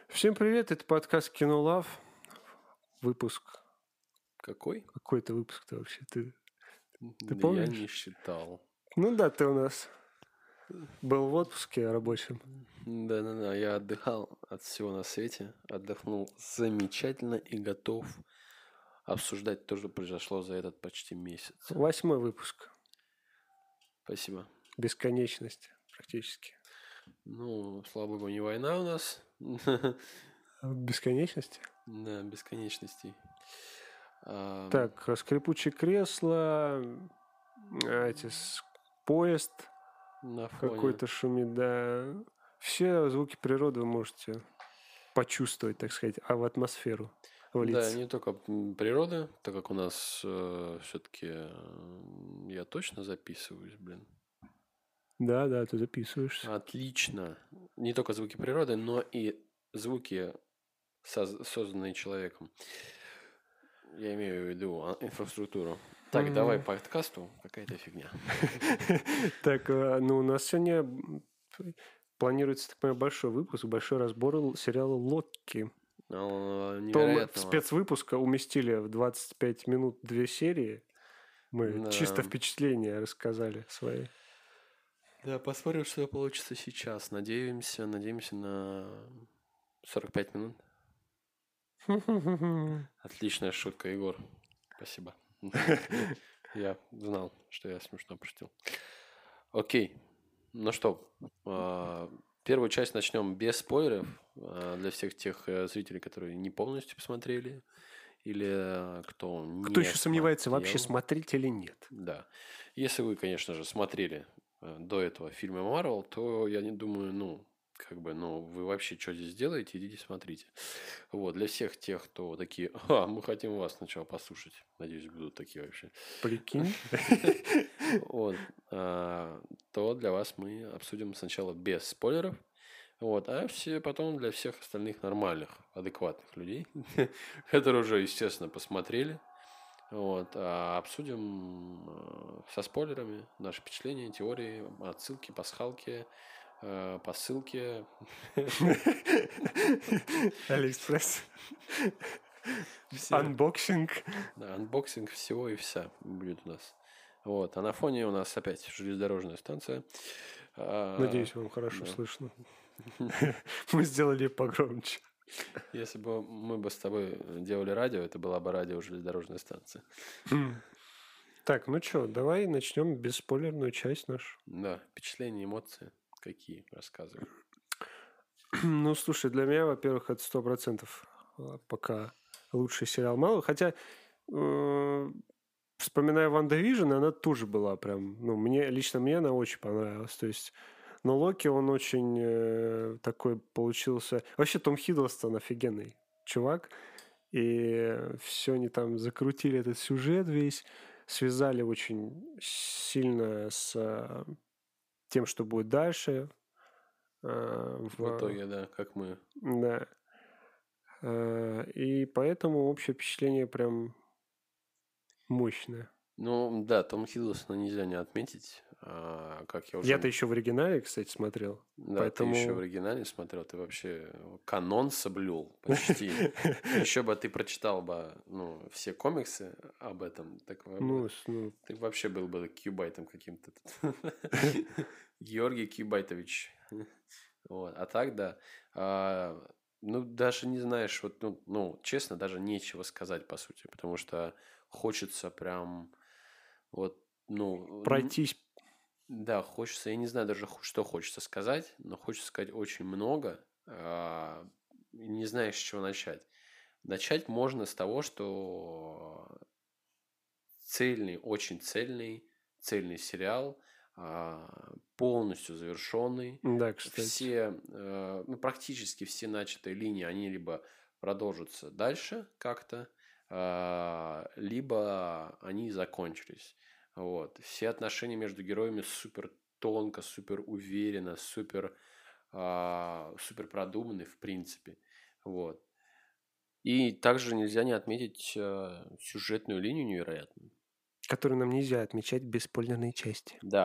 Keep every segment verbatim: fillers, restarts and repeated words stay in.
Всем привет, это подкаст Кино Лав. Выпуск. Какой? Какой-то выпуск-то вообще? Ты, ты Да помнишь? я не считал. Ну да, ты у нас был в отпуске рабочем. Да-да-да, я отдыхал от всего на свете, отдохнул замечательно и готов обсуждать то, что произошло за этот почти месяц. Восьмой выпуск. Спасибо. Бесконечность практически. Ну, слава богу, не война у нас. Бесконечности? Да, бесконечностей. А, Так, скрипучее кресло, эти, с- поезд на фоне. какой-то шумит, да. Все звуки природы вы можете почувствовать, так сказать, а в атмосферу Да, влиться. не только м, природа, так как у нас э, все-таки я точно записываюсь, блин. Да, да, ты записываешься. Отлично. Не только звуки природы, но и звуки, соз- созданные человеком. Я имею в виду а, инфраструктуру. Так, Мгм. давай по подкасту. Какая-то фигня. Так, э, ну у нас сегодня м, планируется, так понимаю, большой выпуск, большой разбор л- сериала «Локки». Ну, Том невероятного. спецвыпуска уместили в двадцать пять минут две серии. Мы Да. чисто впечатления рассказали свои. Да, посмотрим, что получится сейчас. Надеемся, надеемся на сорок пять минут. Отличная шутка, Егор. Спасибо. Я знал, что я смешно пошутил. Окей. Ну что, а, первую часть начнем без спойлеров а, для всех тех э, зрителей, которые не полностью посмотрели или э, кто Кто не еще сомневается, вообще смотрел. смотреть или нет? Да. Если вы, конечно же, смотрели э, до этого фильмы Марвел, то я не думаю, ну, как бы, ну, вы вообще что здесь делаете, идите смотрите. Вот, для всех тех, кто такие, а, мы хотим вас сначала послушать. Надеюсь, будут такие вообще. Прикинь. Вот, а, то для вас мы обсудим сначала без спойлеров. Вот, а все потом для всех остальных нормальных, адекватных людей, которые уже, естественно, посмотрели. Вот, а обсудим э, со спойлерами наши впечатления, теории, отсылки, пасхалки, э, посылки. Алиэкспресс. Все. Анбоксинг. Да, анбоксинг всего и вся будет у нас. Вот, а на фоне у нас опять железнодорожная станция. А, Надеюсь, вам хорошо да. слышно. Мы сделали погромче. Если бы мы бы с тобой делали радио, это была бы радио железнодорожная станция. Так, ну что, давай начнем бесспойлерную часть нашу. Да, впечатления, эмоции какие, рассказывай. Ну, слушай, для меня, во-первых, это сто процентов пока лучший сериал Марвел. Хотя, э, вспоминая Ванда Вижн, она тоже была прям... Ну, мне, лично мне она очень понравилась. То есть, но Локи, он очень э, такой получился... Вообще, Том Хиддлстон офигенный чувак. И все они там закрутили этот сюжет весь, связали очень сильно с э, тем, что будет дальше. э, В в, итоге, да, как мы. да. Э, И поэтому общее впечатление прям мощное. Ну, да, Том Хиддлстона нельзя не отметить. А, как я уже... Я-то еще в оригинале, кстати, смотрел. Да, ты еще в Поэтому... оригинале смотрел, ты вообще канон соблюл почти. Еще бы ты прочитал бы, ну, все комиксы об этом, так вы- Ну, с- ну, ты вообще был бы кьюбайтом каким-то. Георгий Кьюбайтович. Вот. А так, да. А, ну, даже не знаешь, вот, ну, ну, честно, даже нечего сказать, по сути, потому что хочется прям вот, ну, н- пройтись. да, хочется, я не знаю даже, ху- что хочется сказать, но хочется сказать очень много, а, и не знаешь, с чего начать. Начать можно с того, что цельный, очень цельный, цельный сериал, а, полностью завершенный. Да, кстати. Все, э, ну, практически все начатые линии, они либо продолжатся дальше как-то, а, либо они закончились. Вот. Все отношения между героями супер тонко, супер уверенно, супер, а, супер продуманы в принципе. Вот. И также нельзя не отметить э, сюжетную линию невероятную. Которую нам нельзя отмечать без спойлерной части. Да,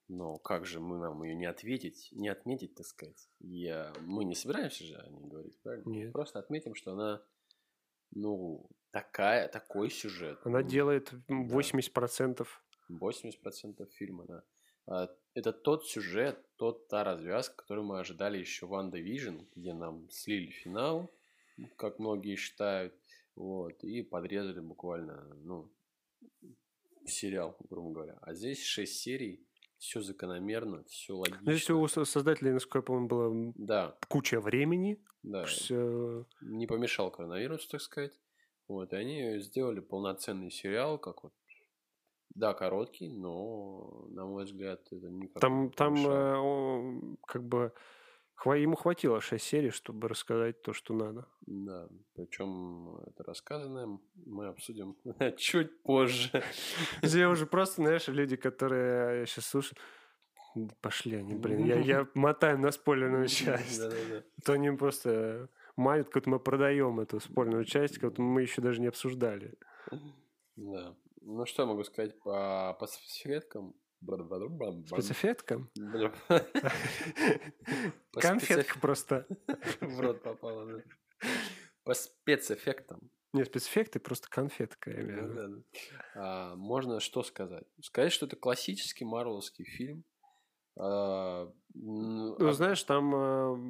Но как же мы нам ее не ответить, не отметить, так сказать? Я... Мы не собираемся же о ней говорить, правильно? Нет. Просто отметим, что она, ну, такая, такой сюжет. Она ну, делает восемьдесят процентов. восемьдесят процентов фильма, да. А, Это тот сюжет, тот, та развязка, которую мы ожидали еще в Ванда Вижн, где нам слили финал, как многие считают, вот, и подрезали буквально, ну, сериал, грубо говоря. А здесь шесть серий, все закономерно, все логично. Здесь у со- создателей, насколько я помню, была Да, куча времени. да. Всё- Не помешал коронавирус, так сказать. Вот, и они сделали полноценный сериал, как вот, да, короткий, но, на мой взгляд, это никак Там, не там помешало. э, о, как бы хва- ему хватило шесть серий, чтобы рассказать то, что надо. Да, причем это рассказанное мы обсудим чуть позже. Я уже просто, знаешь, люди, которые сейчас слушают, «Да пошли они, блин, я, я мотаю на спойлерную часть. Да-да-да. То они просто манят, как мы продаем эту спойлерную часть, как мы еще даже не обсуждали. Да. Ну, что я могу сказать по, по спецэффектам? Спецэффекткам? Бля. По Конфетка спецэф- просто. В рот попала, да. По спецэффектам. Не, спецэффекты просто конфетка, я имею в виду. Да-да-да. А, Можно что сказать? Сказать, что это классический марвеловский фильм. А, м, Ну, а- знаешь, там... э,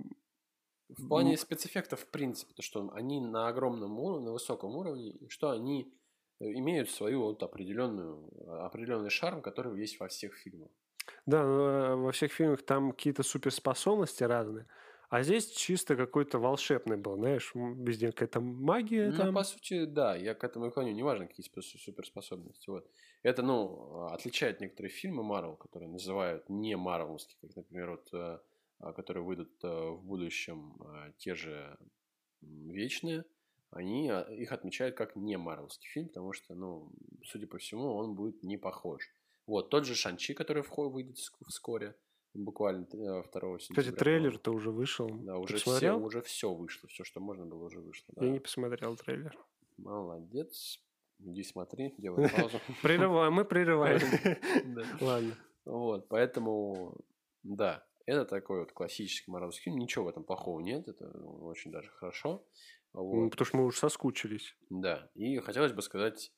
В плане спецэффектов, в принципе, то, что они на огромном уровне, на высоком уровне, и что они э, имеют свою вот определенную, определенный шарм, который есть во всех фильмах. Да, но, э, во всех фильмах там какие-то суперспособности разные. А здесь чисто какой-то волшебный был, знаешь, м, везде какая-то магия Ну, там. по сути, да, я к этому и клоню. Неважно, какие спе- суперспособности. Вот. Это, ну, отличает некоторые фильмы Марвел, которые называют не марвеловские, как, например, вот, э, а, которые выйдут э, в будущем, э, те же м, Вечные. Они а, их отмечают как не марвелский фильм, потому что, ну, судя по всему, он будет не похож. Вот, тот же Шанчи, который вхо- выйдет ск- вскоре, буквально э, второго сентября. Кстати, по-моему. трейлер-то уже вышел. Да, Ты уже все, посмотрел? уже все вышло, все, что можно было, уже вышло. Я Да. не посмотрел трейлер. Молодец. Иди смотри, делай паузу. Прерываем, мы прерываем. Да. Ладно. Вот, поэтому, да, это такой вот классический марвеловский фильм. Ничего в этом плохого нет, это очень даже хорошо. Ну, Вот, потому что мы уже соскучились. да. И хотелось бы сказать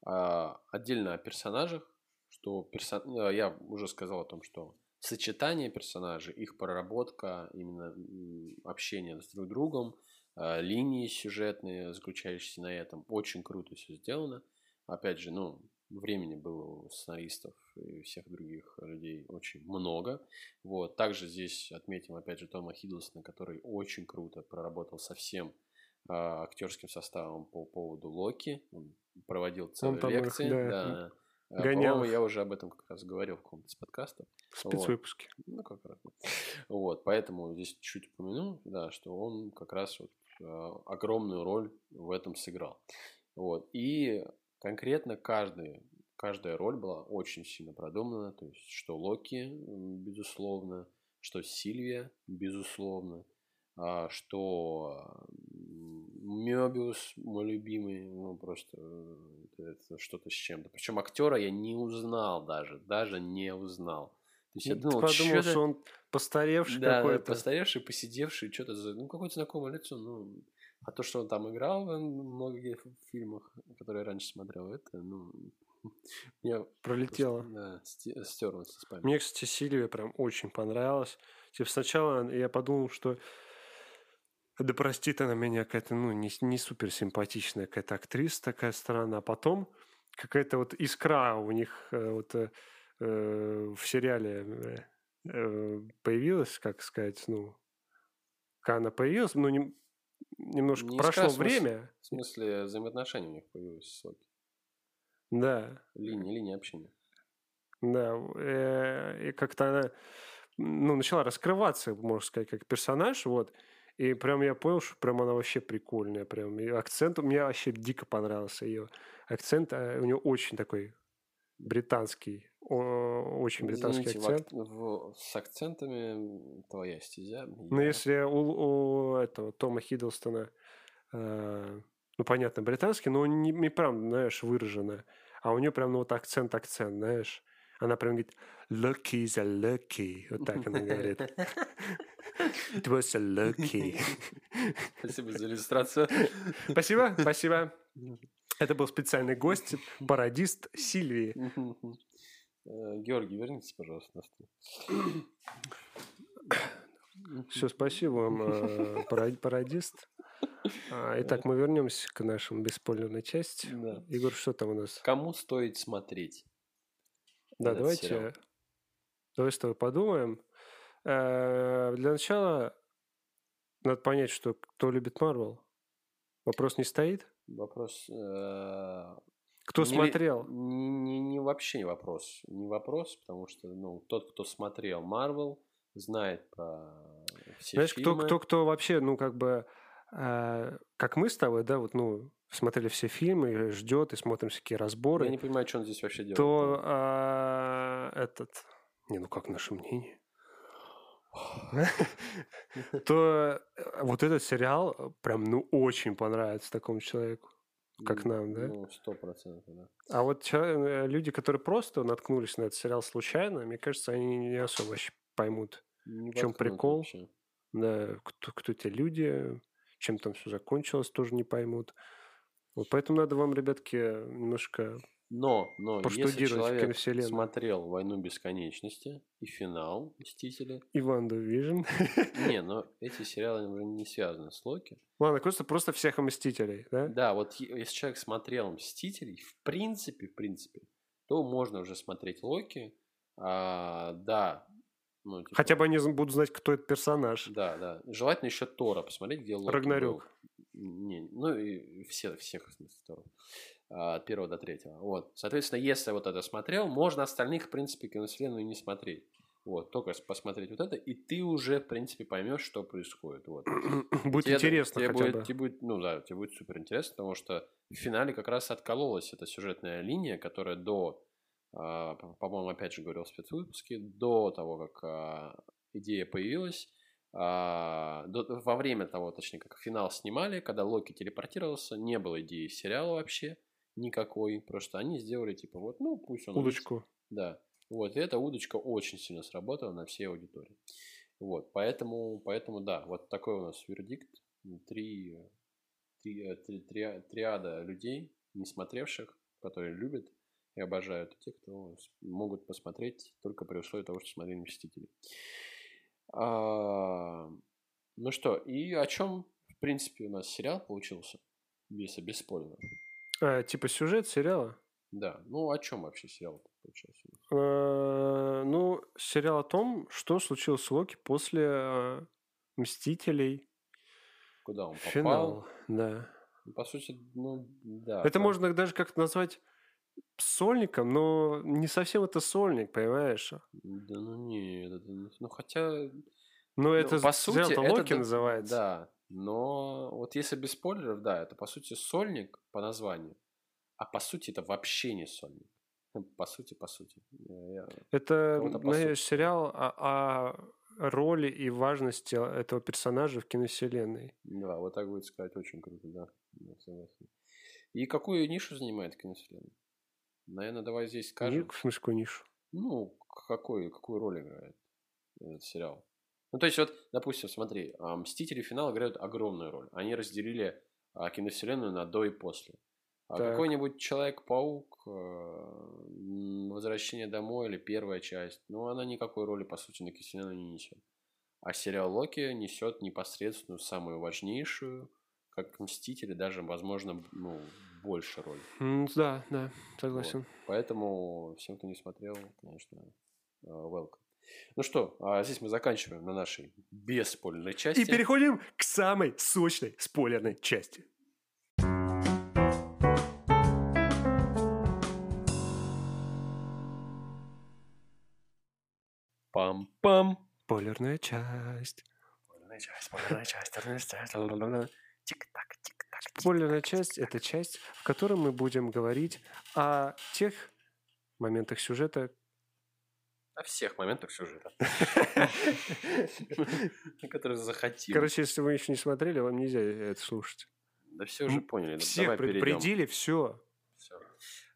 а, отдельно о персонажах, что персон... а, я уже сказал о том, что сочетание персонажей, их проработка, именно м, общение с друг другом, а, линии сюжетные, заключающиеся на этом, очень круто все сделано. Опять же, ну, времени было у сценаристов и всех других людей очень много. Вот. Также здесь отметим, опять же, Тома Хиддлстона, который очень круто проработал со всем а, актерским составом по поводу Локи. Он проводил целые там их, лекции. да, Да. А, гонял По-моему, их. я уже об этом как раз говорил в каком-то из подкастов. В спецвыпуске. Ну, как раз. Вот, поэтому здесь чуть упомянул, да, что он как раз вот э, огромную роль в этом сыграл. Вот, и конкретно каждый, каждая роль была очень сильно продумана, то есть, что Локи, м, безусловно, что Сильвия, безусловно, а, что м, Мёбиус, мой любимый, ну, просто э, это что-то с чем-то. Причем актера я не узнал даже, даже не узнал. То есть я Ты думал, подумал, что-то... что он постаревший Да, да, какой-то. постаревший, посидевший, что-то за... Ну, какое-то знакомое лицо, ну... А то, что он там играл в многих фильмах, которые я раньше смотрел, это, ну... Мне Пролетело. просто, да, сте- стерлось из памяти. Мне, кстати, Сильвия прям очень понравилась. Типа сначала я подумал, что да простит она меня, какая-то, ну, не, не супер симпатичная какая-то актриса такая странная, а потом какая-то вот искра у них э, вот э, э, в сериале э, э, появилась, как сказать, ну, как она появилась, ну, не- немножко Не прошло искра, в смысле- время, В смысле, взаимоотношения у них появились с Локи. да, Линия, линия общения. да, э, и как-то она, ну, начала раскрываться, можно сказать, как персонаж, вот, и прям я понял, что прям она вообще прикольная, прям, и акцент, мне вообще дико понравился ее акцент, а у нее очень такой британский, о- очень британский Извините, в акцент. ак- в- с акцентами твоя стезя. Но я- если у, у этого Тома Хиддлстона, э, ну, понятно, британский, но не, не прям, знаешь, выраженно, а у нее прям, ну, вот акцент-акцент, знаешь. Она прям говорит lucky is a lucky. Вот так она говорит. It was a lucky. Спасибо за иллюстрацию. Спасибо, спасибо. Это был специальный гость, пародист Сильвии. Георгий, вернитесь, пожалуйста, на стул. Все, спасибо вам, пародист. Итак, мы вернемся к нашему бесспойлерной части. Да. Егор, что там у нас? Кому стоит смотреть? Да, давайте, сериал? давай с тобой подумаем. Для начала надо понять, что кто любит Марвел. Вопрос не стоит? Вопрос... э, Кто не- смотрел? Не, не- не вообще не вопрос. Не вопрос, потому что ну, тот, кто смотрел Марвел, знает про все Знаешь, кто, фильмы. кто, кто вообще, ну, как бы, э, как мы с тобой, да, вот, ну, смотрели все фильмы, и ждет, и смотрим всякие разборы, Я не понимаю, что он здесь вообще делает. то а, этот... Не, ну, как наше мнение? То э, вот этот сериал э, прям, ну, очень понравится такому человеку, как нам, да? Ну, сто процентов, да. А вот ча- э, люди, которые просто наткнулись на этот сериал случайно, мне кажется, они не особо вообще поймут, Не в чем воткнут прикол. вообще. Да, кто, кто эти люди, чем там все закончилось, тоже не поймут. Вот поэтому надо вам, ребятки, немножко Но, но если Поштудировать человек киновселенную. смотрел «Войну бесконечности» и финал «Мстители», Иван Вижн. не, но эти сериалы уже не связаны с Локи. Ладно, просто, просто всех Мстителей, да? Да, вот е- если человек смотрел «Мстителей», в принципе, в принципе, то можно уже смотреть Локи. А, да, ну, типа, Хотя бы они з- будут знать, кто этот персонаж. да, да. Желательно еще Тора посмотреть, где Локи Рагнарёк. был. Не, ну и все, всех, в смысле, Торов. А, От первого до третьего. Вот. Соответственно, если вот это смотрел, можно остальных, в принципе, киновселенную не смотреть. Вот. Только посмотреть вот это, и ты уже, в принципе, поймешь, что происходит. Вот. Будет Тебе- интересно тебе хотя будет, бы. тебе будет, ну да, тебе будет супер интересно, потому что в финале как раз откололась эта сюжетная линия, которая до, а, по- по-моему, опять же говорил в спецвыпуске, до того, как а, идея появилась, а, до- во время того, точнее, как финал снимали, когда Локи телепортировался, не было идеи сериала вообще никакой, просто они сделали типа вот, ну пусть он есть. Удочку. Да, вот, и эта удочка очень сильно сработала на всей аудитории. Вот, поэтому, поэтому да, вот такой у нас вердикт. Три, три, э, три- три- триада людей, не смотревших, которые любят и обожают, и те, кто с- могут посмотреть только при условии того, что смотрели «Мстители». А, ну что, и о чем, в принципе, у нас сериал получился, если без спойлеров. А, типа сюжет сериала? Да, ну о чем вообще сериал получился? Э, Ну, сериал о том, что случилось с Локи после э, Мстителей. Куда он попал? Финал, да. Ну, по сути, ну да. Это там- можно даже как-то назвать сольником, но не совсем это сольник, понимаешь? Да ну нет, это не- ну хотя... Но это по сериал-то сути, это Локи да- называется. Да, но вот если без спойлеров, да, это по сути сольник по названию, а по сути это вообще не сольник. Ну, По сути, по сути. Я- я- Это, Кого-то по знаешь, сути. сериал о, о роли и важности этого персонажа в киновселенной. Да, вот так будет сказать, очень круто, да. Да, согласен. И какую нишу занимает киновселенная? Наверное, давай здесь скажем. Ник, в смысле, какую нишу? Ну, какой, какую роль играет этот сериал? Ну, то есть, вот, допустим, смотри, а, «Мстители. Финал» играют огромную роль. Они разделили а, киновселенную на до и после. А Так. какой-нибудь «Человек-паук», э, м, «Возвращение домой» или первая часть, ну, она никакой роли, по сути, на киновселенную не несет. А сериал «Локи» несет непосредственную, самую важнейшую, как «Мстители», даже, возможно, ну, больше роль. М, Да, да, согласен. Вот. Поэтому всем, кто не смотрел, конечно, э, welcome. Ну что, а здесь мы заканчиваем на нашей бесспойлерной части. И переходим к самой сочной спойлерной части. Пам-пам. Спойлерная часть. Спойлерная часть, спойлерная часть, спойлерная часть. Ла-ла-ла-ла. Тик-так, тик-так. Спойлерная часть – это часть, в которой мы будем говорить о тех моментах сюжета, О всех моментах сюжета. Которые захотим. короче, если вы еще не смотрели, вам нельзя это слушать. Да все уже поняли. Всех Давай перейдем. предупредили, все. Всё.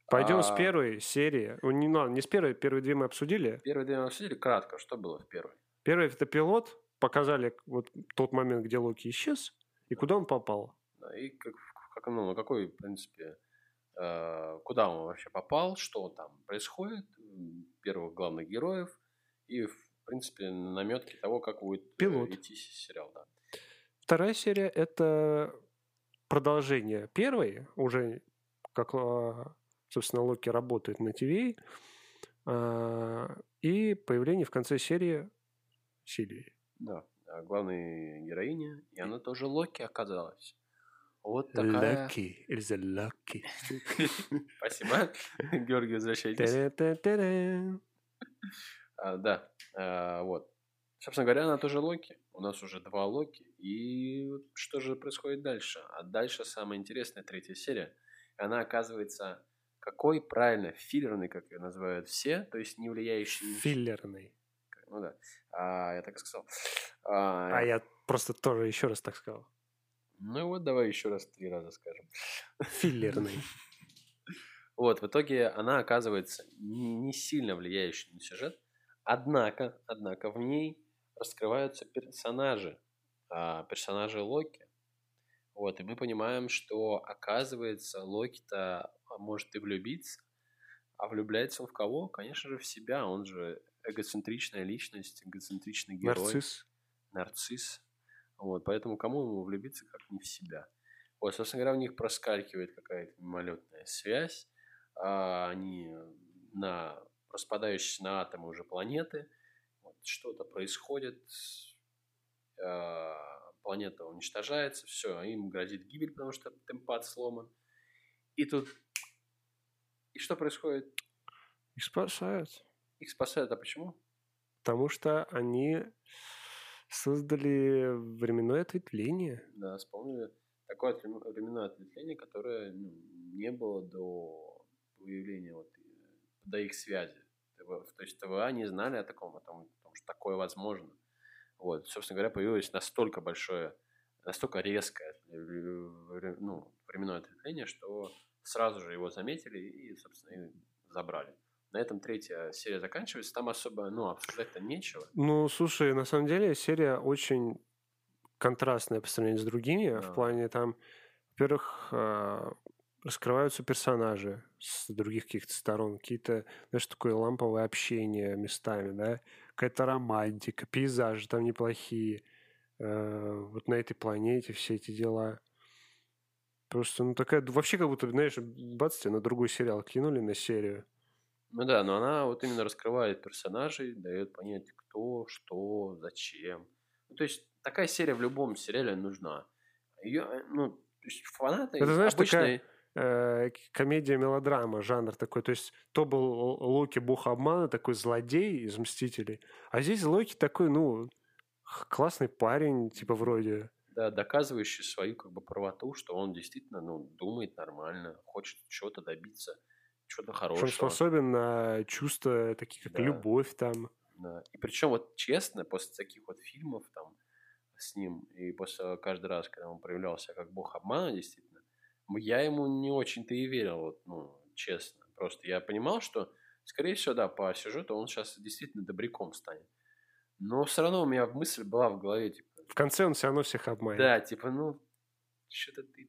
Пойдем с А, первой серии. Ну, Не, ну, не с первой, первые две мы обсудили. Первые две мы обсудили кратко, что было в первой. Первый это пилот, показали вот тот момент, где Локи исчез, и Да. куда он попал. Да, и как, как, ну, на какой, в принципе, э, куда он вообще попал, что там происходит, м, первых главных героев, и, в принципе, наметки того, как будет э, Пилот. идти сериал. Да. Вторая серия это продолжение первой, уже как, а, собственно, Локи работает на ТВ, а, и появление в конце серии Сильвии. Да, а главной героиня, и она тоже Локи оказалась. Вот такая... Lucky, it's a lucky. Спасибо, Георгий, возвращайтесь. Та-да-та-та-да. А, да, а, вот. Собственно говоря, она тоже Локи. У нас уже два Локи. И вот что же происходит дальше? А дальше самая интересная третья серия. Она оказывается какой правильно филлерный, как ее называют все, то есть не влияющий... ни- Филлерный. Ну да, а, я так и сказал. А, А я просто тоже еще раз так сказал. Ну вот давай еще раз три раза скажем. Филлерный. Вот, в итоге она оказывается не, не сильно влияющей на сюжет, однако, однако в ней раскрываются персонажи, а, персонажи Локи. Вот, и мы понимаем, что оказывается Локи-то может и влюбиться, а влюбляется он в кого? Конечно же в себя, он же эгоцентричная личность, эгоцентричный герой. Нарцисс. Нарцисс. Вот, поэтому кому ему влюбиться, как не в себя. Вот, собственно говоря, у них проскакивает какая-то мимолетная связь. А, они на распадающиеся на атомы уже планеты. Вот, что-то происходит. А, планета уничтожается. Все, им грозит гибель, потому что темпад сломан. И тут... И что происходит? Их спасают. Их спасают. А почему? Потому что они создали временное ответвление. Да, вспомнили такое отрем- временное ответвление, которое ну, не было до появления, вот, э, до их связи. ТВ То есть ТВА не знали о таком, о том, о том, что такое возможно. Вот, собственно говоря, появилось настолько большое, настолько резкое э, вре- ну, временное ответвление, что сразу же его заметили и, собственно, и забрали. На этом третья серия заканчивается. Там особо, ну, обсуждать-то нечего. Ну, слушай, на самом деле серия очень контрастная по сравнению с другими. Да. В плане там, во-первых, а, раскрываются персонажи с других каких-то сторон. Какие-то, знаешь, такое ламповое общение местами, да? Какая-то романтика, пейзажи там неплохие. Э, Вот на этой планете все эти дела. Просто, ну, такая... Вообще, как будто, знаешь, бац, тебя на другой сериал кинули на серию. Ну да, но она вот именно раскрывает персонажей, дает понять, кто, что, зачем. Ну, то есть такая серия в любом сериале нужна. Ее, ну, то есть фанаты Это, знаешь, обычные... такая э, комедия-мелодрама, жанр такой. То есть то был Л- Локи бог обмана, такой злодей из «Мстителей». А здесь Локи такой, ну, х- классный парень, типа вроде. Да, доказывающий свою как бы правоту, что он действительно ну, думает нормально, хочет чего-то добиться, чего-то Что он хорошего. способен на чувства, такие как Да. любовь там. Да. И причем вот честно, после таких вот фильмов там с ним, и после каждый раз, когда он проявлялся как бог обмана, действительно, я ему не очень-то и верил, вот, ну, честно. Просто я понимал, что, скорее всего, да, по сюжету он сейчас действительно добряком станет. Но все равно у меня мысль была в голове, типа... В конце он все равно всех обманет. Да, типа, ну, что-то ты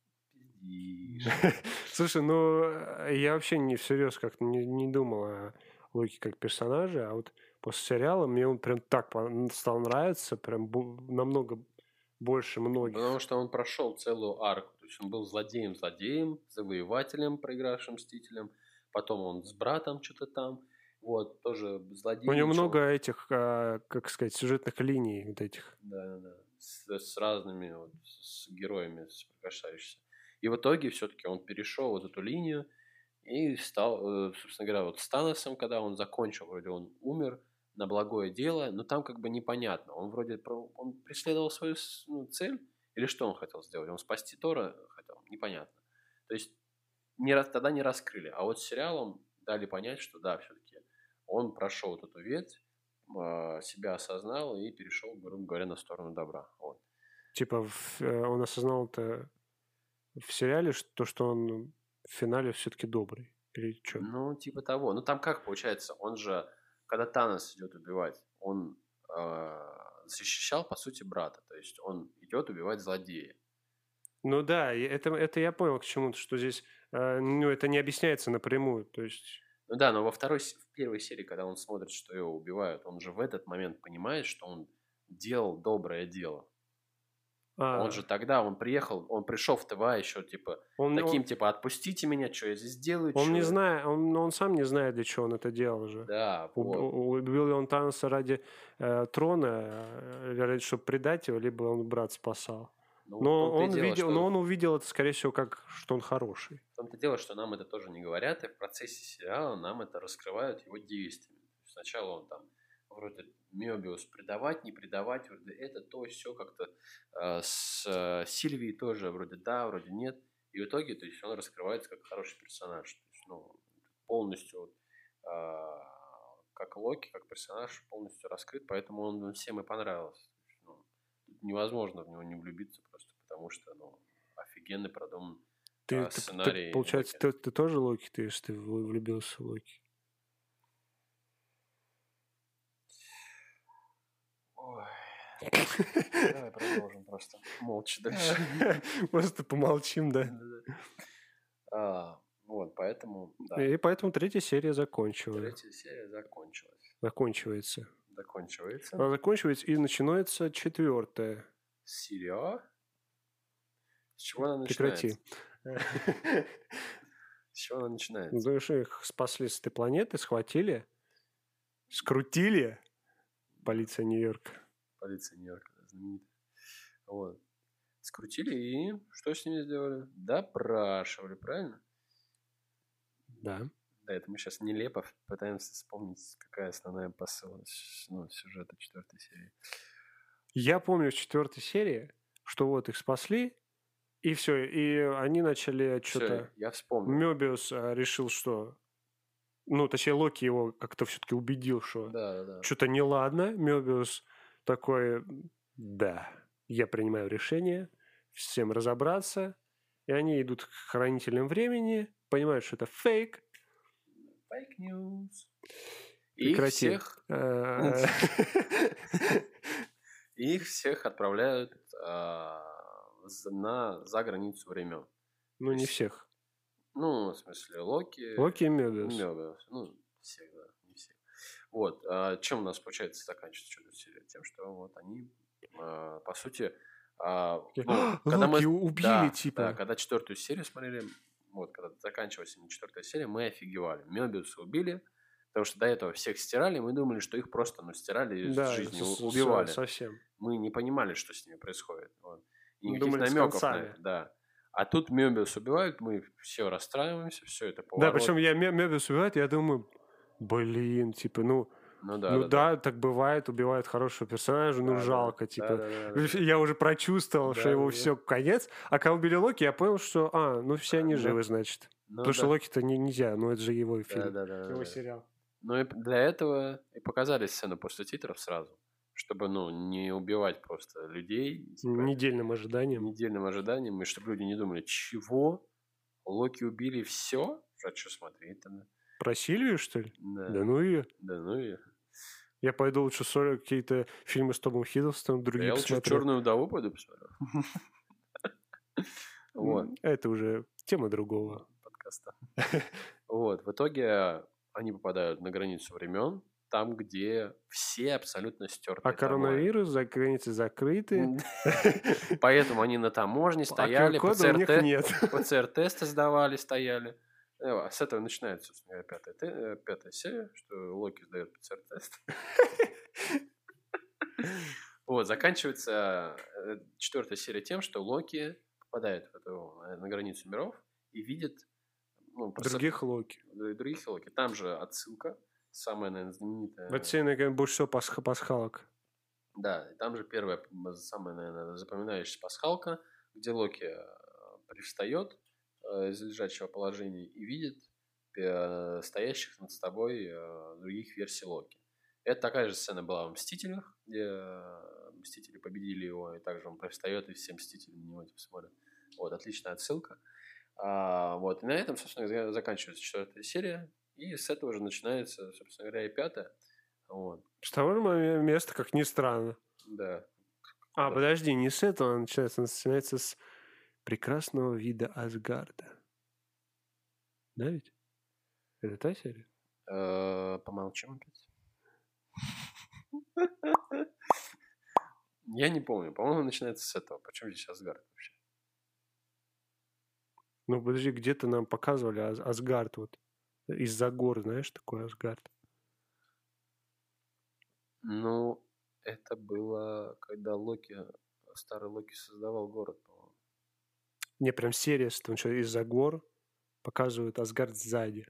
пиздишь. Слушай, ну, э, я вообще не всерьез как-то не, не думал о Локи как персонаже, а вот после сериала мне он прям так пон- стал нравиться, прям бу- намного больше многих. Потому что он прошел целую арку. То есть он был злодеем-злодеем, завоевателем, проигравшим Мстителем. Потом он с братом что-то там. Вот, тоже злодей. У него много этих, а, как сказать, сюжетных линий вот этих. Да, да, да. С, с разными вот, с героями соприкасающимися. И в итоге все-таки он перешел вот эту линию и стал, э, собственно говоря, вот с Таносом, когда он закончил, вроде он умер на благое дело, но там как бы непонятно. Он вроде про- он преследовал свою с- ну, цель, или что он хотел сделать? Он спасти Тора хотел? Непонятно. То есть не, раз- тогда не раскрыли. А вот с сериалом дали понять, что да, все-таки он прошел вот эту ветвь, э, себя осознал и перешел, грубо говоря, на сторону добра. Вот. Типа в- э, он осознал это в сериале, что, то, что он в финале все-таки добрый. Или что? Ну, типа того. Ну, там как получается? Он же, когда Танос идет убивать, он э, защищал, по сути, брата. То есть он идет убивать злодея. Ну да, и это, это я понял к чему-то, что здесь, э, ну, это не объясняется напрямую, то есть... Ну да, но во второй, с- в первой серии, когда он смотрит, что его убивают, он же в этот момент понимает, что он делал доброе дело. А, Он же тогда, он приехал, он пришел в ТВА еще, типа, он, таким, он, типа, отпустите меня, что я здесь делаю, он не чё?» знает, он, он сам не знает, для чего он это делал же. Да, Уб- вот. у- Убил ли он Таноса ради э, трона, э, ради, чтобы предать его, либо он брат спасал. Ну, вот в Но том-то и он, дело, видел, что... но он увидел это, скорее всего, как, что он хороший. В том-то и дело, что нам это тоже не говорят, и в процессе сериала нам это раскрывают его действиями. То есть сначала он там вроде Мёбиус предавать, не предавать, вроде это, то, все как-то э, с э, Сильвией тоже вроде да, вроде нет. И в итоге, то есть он раскрывается как хороший персонаж. То есть, ну, полностью вот, э, как Локи, как персонаж полностью раскрыт, поэтому он всем и понравился. То есть, ну, тут невозможно в него не влюбиться просто потому, что ну, офигенный продуман Ты, а, ты- ты- сценарий получается, Локи. ты, ты тоже Локи, ты, если ты в- влюбился в Локи. Ой. Давай продолжим просто молча дальше. Просто помолчим, да. А, вот, поэтому, да, И поэтому третья серия закончилась. третья серия закончилась. Закончивается. Заканчивается. Она заканчивается, и начинается четвертая. Серия? С чего она Прекрати. начинается? С чего она начинается? Ну, что их спасли с этой планеты, схватили, скрутили. Полиция Нью-Йорка. Полиция Нью-Йорка, да, знаменитая. Вот. Скрутили и что с ними сделали? Допрашивали, правильно? Да. Да, это мы сейчас нелепо пытаемся вспомнить, какая основная посыл ну, сюжета четвертой серии. Я помню в четвертой серии, что вот их спасли, и все, и они начали что-то... Всё, я вспомнил. Мёбиус а, решил, что... Ну, точнее, Локи его как-то все-таки убедил, что Да, да. что-то неладно. Мёбиус такой, да, я принимаю решение, всем разобраться. И они идут к хранителям времени, понимают, что это фейк. Fake news. И их Прекрати. всех, Э, и их всех отправляют а, за- на, за границу времен. Ну, не есть- всех. Ну, в смысле, Локи. Локи и и Мёбиус. Мёбиус. Ну, всех, да, не всех. Вот. а чем у нас, получается, заканчивается чудо серия? Тем, что вот они, а, по сути, а, ну, «А, когда мы... Локи убили, да, типа. да, когда четвертую серию смотрели, вот, когда заканчивалась именно четвертая серия, мы офигевали. Мёбиуса убили, потому что до этого всех стирали, мы думали, что их просто, ну, стирали из Да, жизни, с- у- с- убивали. совсем. Мы не понимали, что с ними происходит. Вот. И Мы никаких думали, с намеков на концами. это, да. А тут Мёбиус убивают, мы все расстраиваемся, все это Да, поворот. причем я Мё- Мёбиус убивает, я думаю, блин, типа, ну, Ну да, ну да, да, да. так бывает, убивают хорошего персонажа, ну Да, да. жалко, Да, типа. да, да, да, да. Я уже прочувствовал, Да, что его да, да. все конец, а когда убили Локи, я понял, что, а, ну все они Ну, живы, значит. Ну Потому что да. Локи-то не, нельзя, ну это же его Да, фильм, да, да, да, его да. сериал. Ну и для этого и показали сцену после титров сразу, чтобы, ну, не убивать просто людей, типа, Недельным ожиданием. недельным ожиданием, и чтобы люди не думали, чего? Локи убили все? А что смотреть тогда? Про Сильвию, что ли? Да. Да ну ее. Да ну и... Я пойду лучше смотрю какие-то фильмы с Томом Хиддлстоном, Да другие я лучше посмотрю. черную вдову пойду посмотрю. Вот. Это уже тема другого. Подкаста. Вот. В итоге они попадают на границу времен, там, где все абсолютно стерты. А коронавирус, за границы закрыты. Поэтому они на таможне стояли, А ку ар-кода у них нет. ПЦР-тесты сдавали, стояли. Э, С этого начинается, собственно говоря, пятая, те- э, пятая серия, что Локи сдает ПЦР-тест. Вот, заканчивается э, четвертая серия тем, что Локи попадает в эту, э, на границу миров и видит ну, просто Других Локи. других Локи. Там же отсылка, самая, наверное, знаменитая. В этой серии, наверное, больше всего пасх- пасхалок. Да, и там же первая, м, самая, наверное, запоминающаяся пасхалка, где Локи э, привстает э, из лежачего положения и видит э, стоящих над тобой э, других версий Локи. Это такая же сцена была в «Мстителях», где э, Мстители победили его, и также он привстает, и все Мстители на него типа смотрят. Вот, отличная отсылка. А, вот. И на этом, собственно говоря, заканчивается четвертая серия. И с этого уже начинается, собственно говоря, и пятая. Вот. С того же мо- места, как ни странно. Да. А, Да. подожди, не с этого она начинается. Она начинается с прекрасного вида Асгарда. Да ведь? Это та серия? Э, Помолчим опять. Я не помню. По-моему, начинается с этого. Почему здесь Асгард вообще? Ну, подожди, где-то нам показывали Ас- Асгард вот. Из-за гор, знаешь, такой Асгард. Ну, это было, когда Локи, старый Локи создавал город, по-моему. Не, прям серия, что что из-за гор показывают Асгард сзади.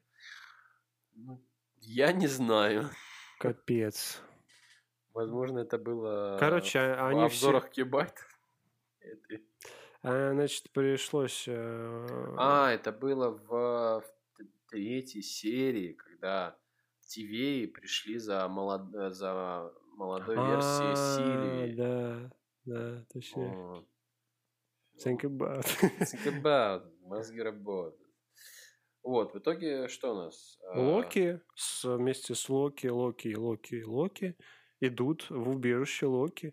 Ну, я не знаю. Капец. Возможно, это было Короче, а- в они обзорах Кибайт. Это- А, значит, пришлось... э, А, это было в, в т- третьей серии, когда Тивеи пришли за, молод... э, за молодой версией А, Силии. да, да, точнее. Вот. Think about. Think about, мозги работают. Вот, в итоге что у нас? А, Локи с, вместе с Локи, Локи, Локи, Локи идут в убежище Локи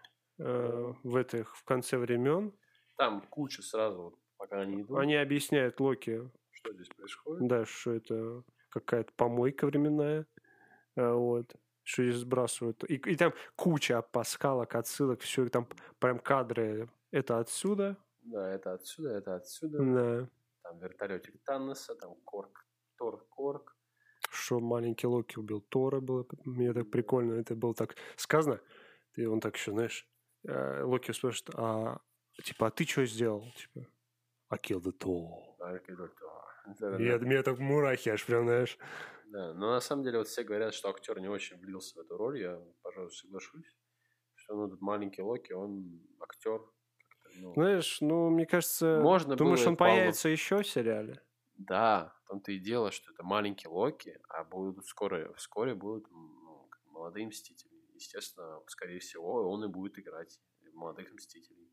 э, в этих в конце времен. Там куча сразу, вот, пока они идут, Они объясняют Локи, что здесь происходит. да, что это какая-то помойка временная, э, вот, что здесь сбрасывают. И, и там куча пасхалок, отсылок, все там прям кадры. Это отсюда. Да, это отсюда, это отсюда. Да. Там вертолетик Таннеса, там Корк, Тор Корк. Что маленький Локи убил Тора, было мне так прикольно. Это было так сказано. И он так еще, знаешь, э, Локи спрашивает, а типа, а ты что сделал? Типа, I killed the Thor. Да, какой Тор. Да, И да, от меня так мурахи аж прям, знаешь. да. Но на самом деле вот все говорят, что актер не очень влился в эту роль. Я, пожалуй, соглашусь. Что ну, этот маленький Локи, он актер. Ну, Знаешь, ну, мне кажется, можно думаешь, было он Павлов- появится еще в сериале? Да, в том-то и дело, что это маленький Локи, а будут скоро, вскоре будут ну, как молодые Мстители. Естественно, скорее всего, он и будет играть молодых Мстителей.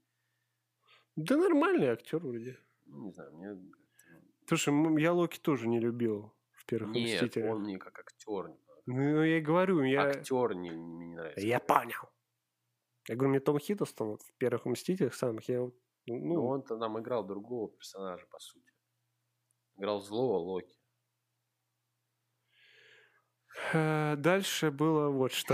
Да нормальный актер вроде. Ну, не знаю, мне... Слушай, м, я Локи тоже не любил в первых Нет, «Мстителях». он мне как актер. не понравился. Ну, я и говорю, я... Актер не, мне не нравится. Я понял. Я говорю, мне Том Хиддлстон вот в первых «Мстителях» самых, я вот, Но ну, он-то нам играл другого персонажа, по сути. Играл злого Локи. э, дальше было вот что.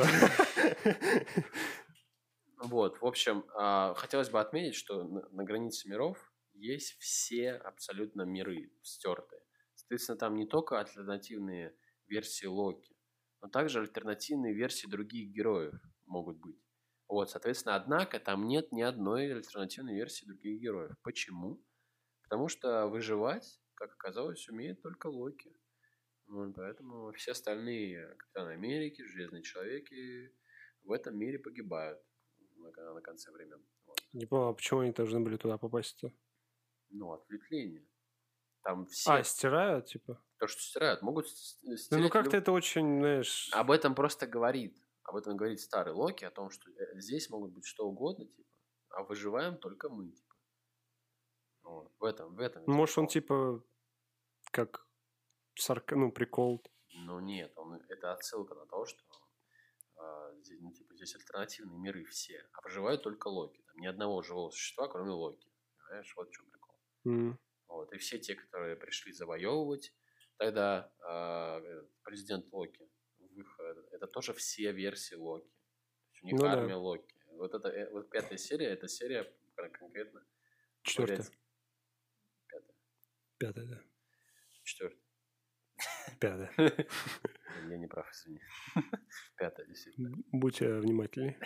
Вот, в общем, а, хотелось бы отметить, что на, на границе миров есть все абсолютно миры стертые. Соответственно, там не только альтернативные версии Локи, но также альтернативные версии других героев могут быть. Вот, соответственно, однако там нет ни одной альтернативной версии других героев. Почему? Потому что выживать, как оказалось, умеет только Локи. Вот, поэтому все остальные Капитаны Америки, Железные Человеки в этом мире погибают на, на конце времен. Вот. Не понял, а почему они должны были туда попасть-то? Ну, ответвление. Там все, А, стирают, типа? то, что стирают, могут с- Да, стереть. ну как-то люб- это очень, знаешь... Об этом просто говорит. Об этом говорит старый Локи, о том, что э, здесь могут быть что угодно, типа, а выживаем только мы, типа. Вот. В этом, в этом. весь Может, он прикол. типа как сарка... ну, прикол. Ну нет, он, это отсылка на то, что а, здесь, ну, типа, здесь альтернативные миры все, а выживают только Локи. Там ни одного живого существа, кроме Локи. Понимаешь, вот в чем прикол. М. Вот. И все те, которые пришли завоевывать, тогда а, этот президент Локи, в их, э, это тоже все версии Локи. То есть у них Ну да. армия Локи. Вот это э, вот пятая серия, это серия кон- конкретно. Четвертая. является- Пятая. Пятая, да. Четвертая. Пятая. Я не прав, извини. Пятая, действительно. Будьте внимательнее.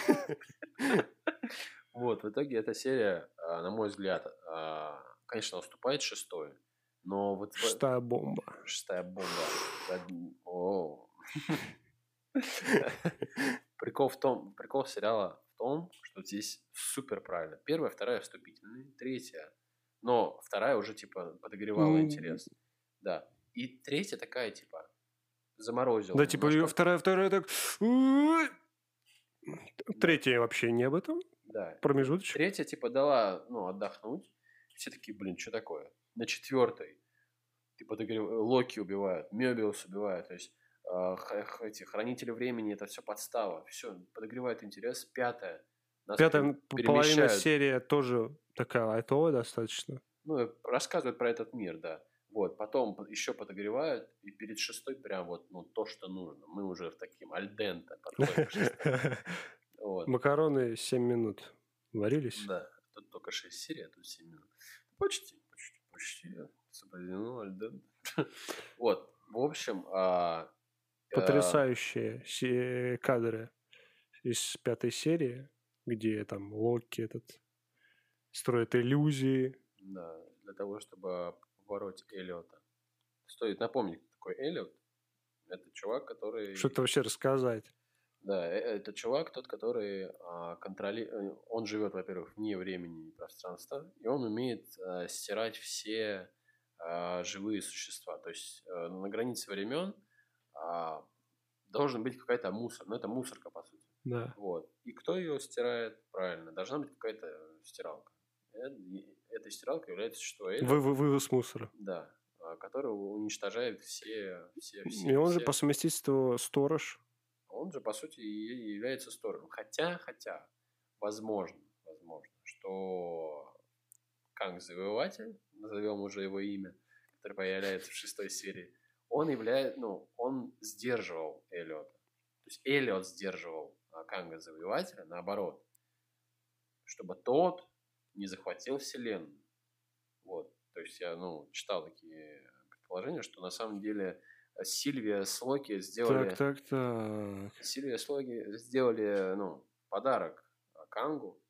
Вот, в итоге эта серия, а, на мой взгляд, а, конечно, уступает шестой, но вот в- Шестая бомба. шестая бомба. Да, о. Прикол в том, прикол сериала в том, что здесь супер правильно. Первая, вторая вступительные, третья, но вторая уже типа подогревала М. интерес. Да. И третья такая типа заморозила. Да, типа, немножко. вторая, вторая так... «Уй». Третья вообще не об этом. Да. Промежуточек. Третья типа дала, ну, отдохнуть. Все такие, блин, что такое? на четвертой ты подогрев... Локи убивают, Мёбиус убивают, то есть э, эти хранители времени, это все подстава, все подогревает интерес. Пятая. Нас Пятая пере... половина серии тоже такая лайтовая достаточно. Ну, рассказывают про этот мир, да. Вот, потом еще подогревают, и перед шестой прям вот, ну, то, что нужно. Мы уже в таким альденте подходим к шестой. Вот. Макароны семь минут варились? Да, тут только шесть серий, а тут семь минут. Почти, почти, почти. Соблюдено альденте. Вот, в общем... А, потрясающие кадры из пятой серии, где там Локи этот строит иллюзии. Да, для того, чтобы побороть Эллиота. Стоит напомнить, кто такой Эллиот. Это чувак, который... Что-то вообще рассказать. Да, это чувак, тот, который а, контролирует... Он живет, во-первых, вне времени и пространства, и он умеет а, стирать все а, живые существа. То есть а, на границе времен а, должен быть какая-то мусор. Ну, это мусорка, по сути. Да. Вот. И кто ее стирает? Правильно. Должна быть какая-то стиралка. Этой стиралкой является существо Эллиот. Вы, вы, вывоз мусора. Да. Который уничтожает все... все, все и он все... же по совместительству сторож. Он же, по сути, и является сторожем. Хотя, хотя, возможно, возможно, что Канг Завоеватель, назовем уже его имя, который появляется в шестой серии, он является, ну, он сдерживал Эллиота. То есть Эллиот сдерживал Канга Завоевателя, наоборот, чтобы тот не захватил вселенную. Вот. То есть я, ну, читал такие предположения, что на самом деле Сильвия с Локи сделали... Так, так, так. Сильвия с Локи сделали, ну, подарок Кангу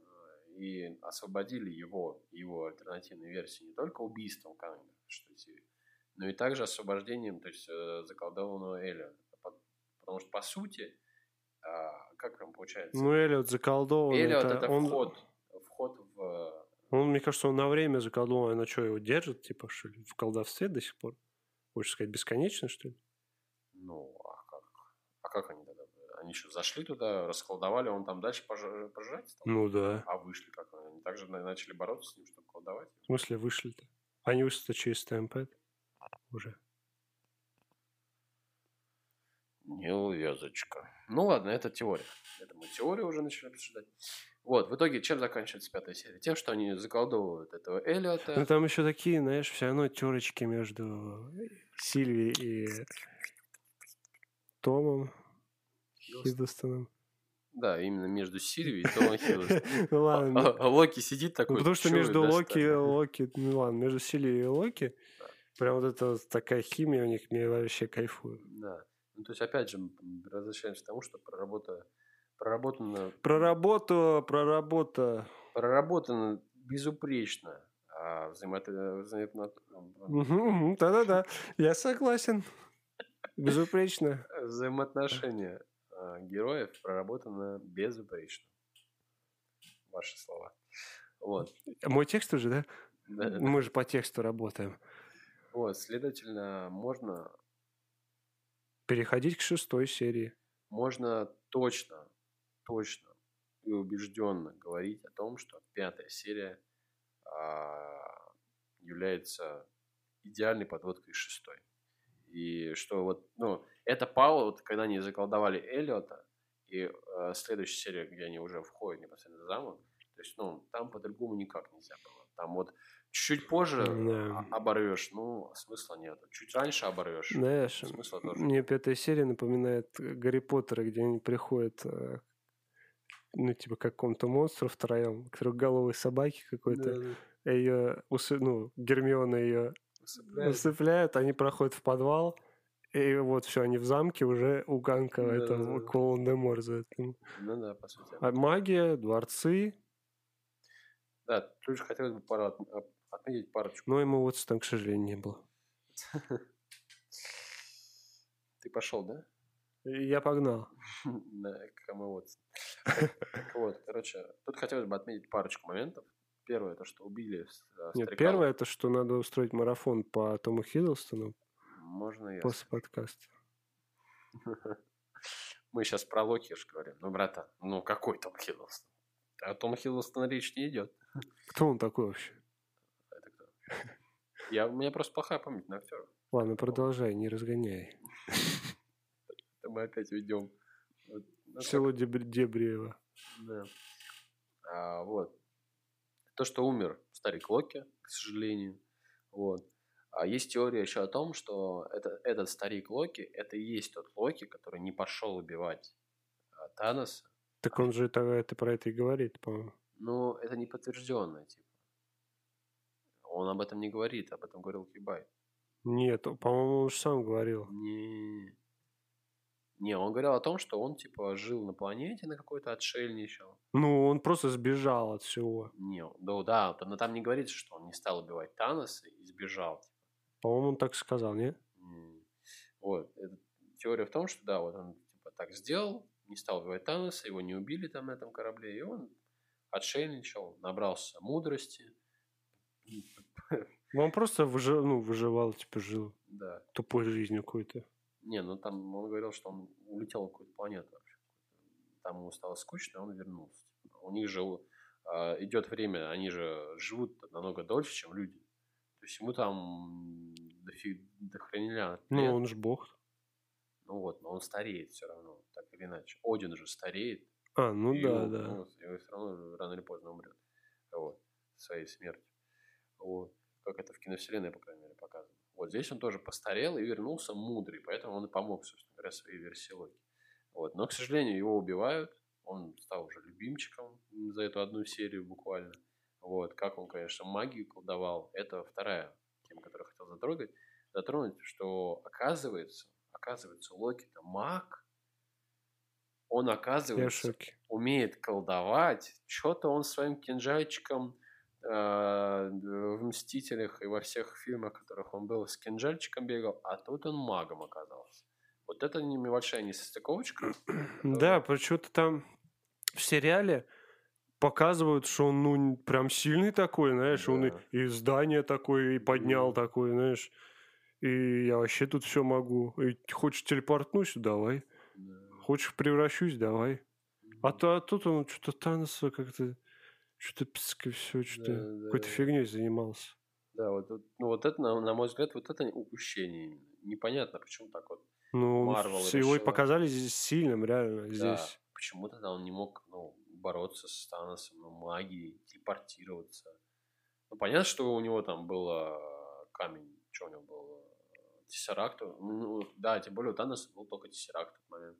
и освободили его, его альтернативной версии не только убийством Канга, что но и также освобождением, то есть заколдованного Эллиота. Потому что, по сути, как там получается? Ну, Эллиот заколдован. Эллиот это, это он... вход, вход в... Он, мне кажется, он на время заколдован. А что, его держит, типа, что ли, в колдовстве до сих пор? Хочешь сказать, бесконечно, что ли? Ну, а как? А как они тогда? Они что, зашли туда, расколдовали, он там дальше пож- пожрать стал? Ну да. А вышли как? Они также начали бороться с ним, чтобы колдовать? В смысле вышли-то? Они вышли-то через Стэмпэд уже. Неувязочка. Ну ладно, это теория. Это мы теорию уже начали обсуждать. Вот, в итоге чем заканчивается пятая серия? Тем, что они заколдовывают этого Эллиота. Ну там еще такие, знаешь, все равно терочки между Сильвией и Томом Хиддлстоном. Да, именно между Сильвией и Томом Хиддлстоном. Ну ладно. А Локи сидит такой... Потому что между Локи и Локи... Ну ладно, между Сильвией и Локи прям вот это такая химия у них, мне вообще кайфую. Да. Ну, то есть, опять же, мы возвращаемся к тому, что проработано... Проработано... Про работу, про работу. Проработано безупречно. А взаимо... взаимо... Угу, да-да-да, я согласен. Безупречно. Взаимоотношения героев проработано безупречно. Ваши слова. Вот. Мой текст уже, да? Да. Мы же по тексту работаем. Вот, следовательно, можно... Переходить к шестой серии. Можно точно, точно и убежденно говорить о том, что пятая серия а, является идеальной подводкой к шестой. И что вот, ну, это Пауэлл, вот, когда они заколдовали Эллиота, и э, следующая серия, где они уже входят непосредственно в замок, то есть, ну, там по-другому никак нельзя было. Там вот чуть позже да. оборвешь, ну, смысла нет. Чуть раньше оборвешь, знаешь, смысла тоже мне пятая серия напоминает Гарри Поттера, где они приходят, ну, типа, к какому-то монстру втроем, трехголовой собаки какой-то, да. Ее, ну, Гермиона ее усыпляет. усыпляет, они проходят в подвал, и вот все, они в замке уже у Ганка, да, этого да, Колан-де-Мор за этим. Ну да, по сути. А магия, дворцы. Да, тут же хотелось бы пару отметить парочку. Но ему вот там, к сожалению, не было. Ты пошел, да? Я погнал. Да, кому вот. Так вот, короче, тут хотелось бы отметить парочку моментов. Первое, то, что убили Стрекала. Нет, первое, это что надо устроить марафон по Тому Хиддлстону. Можно я? После подкаста. Мы сейчас про Локи же говорим. Ну, братан, ну какой Том Хиддлстон? О Том Хиддлстоне речь не идет. Кто он такой вообще? Это кто? Я, у меня просто плохая память на актеров. Ладно, продолжай, не разгоняй. Мы опять ведем. Вот, ну, Село как... Дебр... Дебриево. Да. А, вот. То, что умер старик Локи, к сожалению. Вот. А есть теория еще о том, что это, этот старик Локи, это и есть тот Локи, который не пошел убивать а, Таноса. Так он же это, это про это и говорит, по-моему. Ну, это не подтвержденное, типа. Он об этом не говорит, об этом говорил Кибай. Нет, по-моему, он же сам говорил. Не. Не, он говорил о том, что он, типа, жил на планете на какой-то отшельничал. Ну, он просто сбежал от всего. Не, да, да, но там не говорится, что он не стал убивать Таноса и сбежал. Типа. По-моему, он так сказал, нет? Вот. Это, теория в том, что, да, вот он, типа, так сделал, не стал убивать Таноса, его не убили там на этом корабле, и он отшельничал, набрался мудрости. Ну, он просто выжив, ну, выживал, типа, жил да. тупой жизнью какой-то. Не, ну там он говорил, что он улетел на какую-то планету вообще. Там ему стало скучно, и он вернулся. У них же э, идет время, они же живут намного дольше, чем люди. То есть ему там дофиг, дохренеля лет. Ну, он же бог. Ну вот, но он стареет все равно, так или иначе. Один же стареет. А, ну и да, он, да. Ну, и все равно рано или поздно умрет. Вот, своей смертью. Вот. Как это в киновселенной, по крайней мере, показано. Вот здесь он тоже постарел и вернулся мудрый, поэтому он и помог, собственно говоря, своей версии Локи. Вот. Но, к сожалению, его убивают. Он стал уже любимчиком за эту одну серию буквально. Вот. Как он, конечно, магию колдовал, это вторая тема, которую я хотел затронуть. Затронуть, что оказывается, оказывается, Локи-то маг. Он, оказывается, умеет колдовать. Что-то он своим кинжальчиком в «Мстителях» и во всех фильмах, в которых он был, с кинжальчиком бегал, а тут он магом оказался. Вот это небольшая несостыковочка. Да, почему-то там в сериале показывают, что он, ну, прям сильный такой, знаешь, да. Он и, и здание такое, и поднял да. такое, знаешь, и я вообще тут все могу. И хочешь телепортнусь, давай. Да. Хочешь превращусь, давай. Да. А, то, а тут он что-то Таноса как-то... Что-то пск, все, что-то да, да, какой-то да. фигней занимался. Да, вот, ну вот это, на, на мой взгляд, вот это упущение. Непонятно, почему так вот. Ну, Marvel его и показали здесь сильным, реально, здесь. Да, почему тогда он не мог, ну, бороться с Таносом, ну, магией, телепортироваться. Ну, понятно, что у него там был камень, что у него был, Тессеракт. Ну, да, тем более у Таноса был только Тессеракт в тот момент.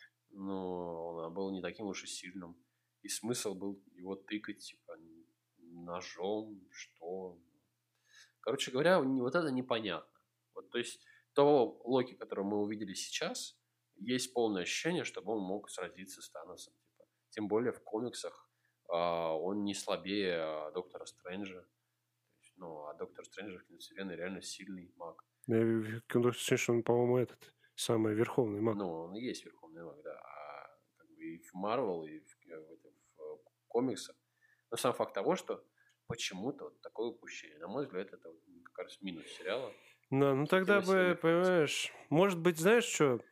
Но он был не таким уж и сильным. И смысл был его тыкать, типа, ножом, что... Короче говоря, вот это непонятно. Вот, то есть, того Локи, которого мы увидели сейчас, есть полное ощущение, чтобы он мог сразиться с Таносом. Типа. Тем более в комиксах а, он не слабее а, Доктора Стрэнджа. То есть, ну, а Доктор Стрэндж в киновселенной реально сильный маг. Доктор Стрэндж, он, по-моему, этот, самый верховный маг. Ну, он и есть верховный маг, да. А как бы и в Марвел, и в, в, в комиксах. Но сам факт того, что почему-то вот такое упущение. На мой взгляд, это как раз минус сериала. Да, ну тогда бы, понимаешь, может быть, знаешь что?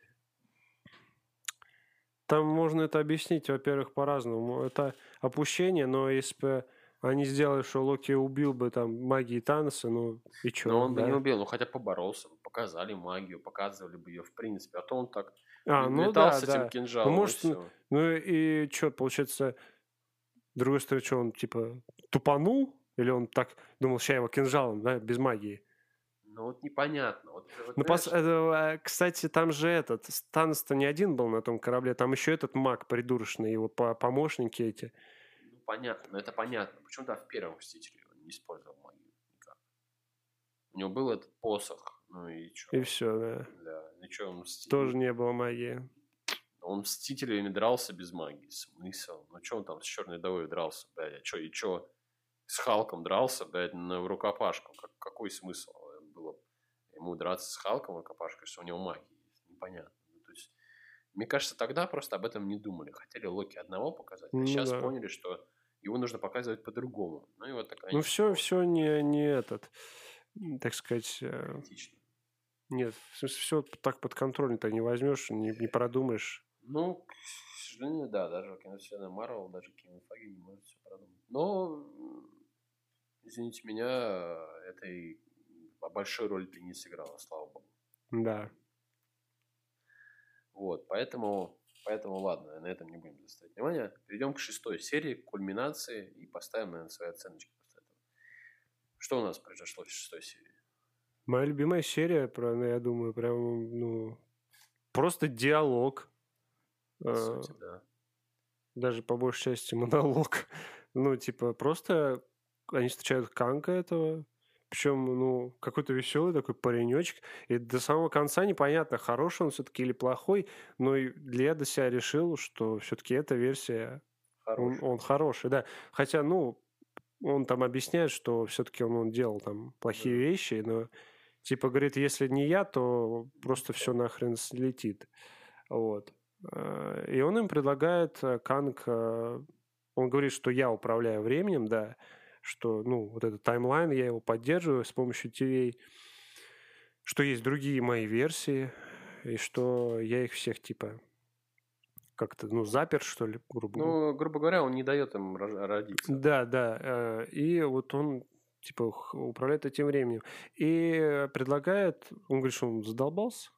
Там можно это объяснить, во-первых, по-разному. Это опущение, но если бы они сделали, что Локи убил бы там магией Таноса, ну и что? Но он да? бы не убил, ну хотя поборолся, показали магию, показывали бы ее в принципе. А то он так а, летал ну да, с этим да. кинжалом, ну, может, и все. Ну и что, получается, с другой стороны, что он типа тупанул? Или он так думал, сейчас его кинжалом, да, без магии? Ну вот непонятно. Вот, вот, ну, пос... это, кстати, там же этот, Танос-то не один был на том корабле, там еще этот маг придурочный, его помощники эти. Ну понятно, но это понятно. Почему-то в первом Мстителе он не использовал магию никак. У него был этот посох, ну и что? И все, да. Да, и что, он Мститель... Тоже не было магии. Он Мстителями дрался без магии. Смысл? Ну что он там с черной вдовой дрался, блядь? А что, и что? С Халком дрался, блядь, на рукопашку. Как, какой смысл было ему драться с Халком в рукопашку, если у него магия есть? Непонятно. Ну, то есть, мне кажется, тогда просто об этом не думали. Хотели Локи одного показать, а ну, сейчас да. поняли, что его нужно показывать по-другому. Ну, и вот такая ну все, все не, не этот, так сказать... Критично. Нет, в смысле, все так под контролем-то не возьмешь, не, не продумаешь. Ну, к сожалению, да, даже киновселенная Марвел, даже кинофаги не может все продумать. Но, извините меня, этой большой роли ты не сыграла, слава богу. Да. Вот, поэтому, поэтому ладно, на этом не будем заострять внимание. Перейдем к шестой серии, к кульминации, и поставим, наверное, свои оценочки после этого. Что у нас произошло в шестой серии? Моя любимая серия, про, ну, я думаю, прям, ну, просто диалог. По сути, да. Даже по большей части монолог. Ну, типа, просто они встречают Канка этого, причем, ну, какой-то веселый такой паренечек, и до самого конца непонятно, хороший он все-таки или плохой, но и я для себя решил, что все-таки эта версия, он, он хороший, да. Хотя, ну, он там объясняет, что все-таки он, он делал там плохие да. вещи, но, типа, говорит, если не я, то просто все нахрен слетит. Вот. И он им предлагает, Канг, он говорит, что я управляю временем, да, что, ну, вот этот таймлайн, я его поддерживаю с помощью ти ви эй, что есть другие мои версии, и что я их всех, типа, как-то, ну, запер, что ли, грубо говоря. Ну, грубо говоря, он не дает им родиться. Да, да, и вот он, типа, управляет этим временем. И предлагает, он говорит, что он задолбался,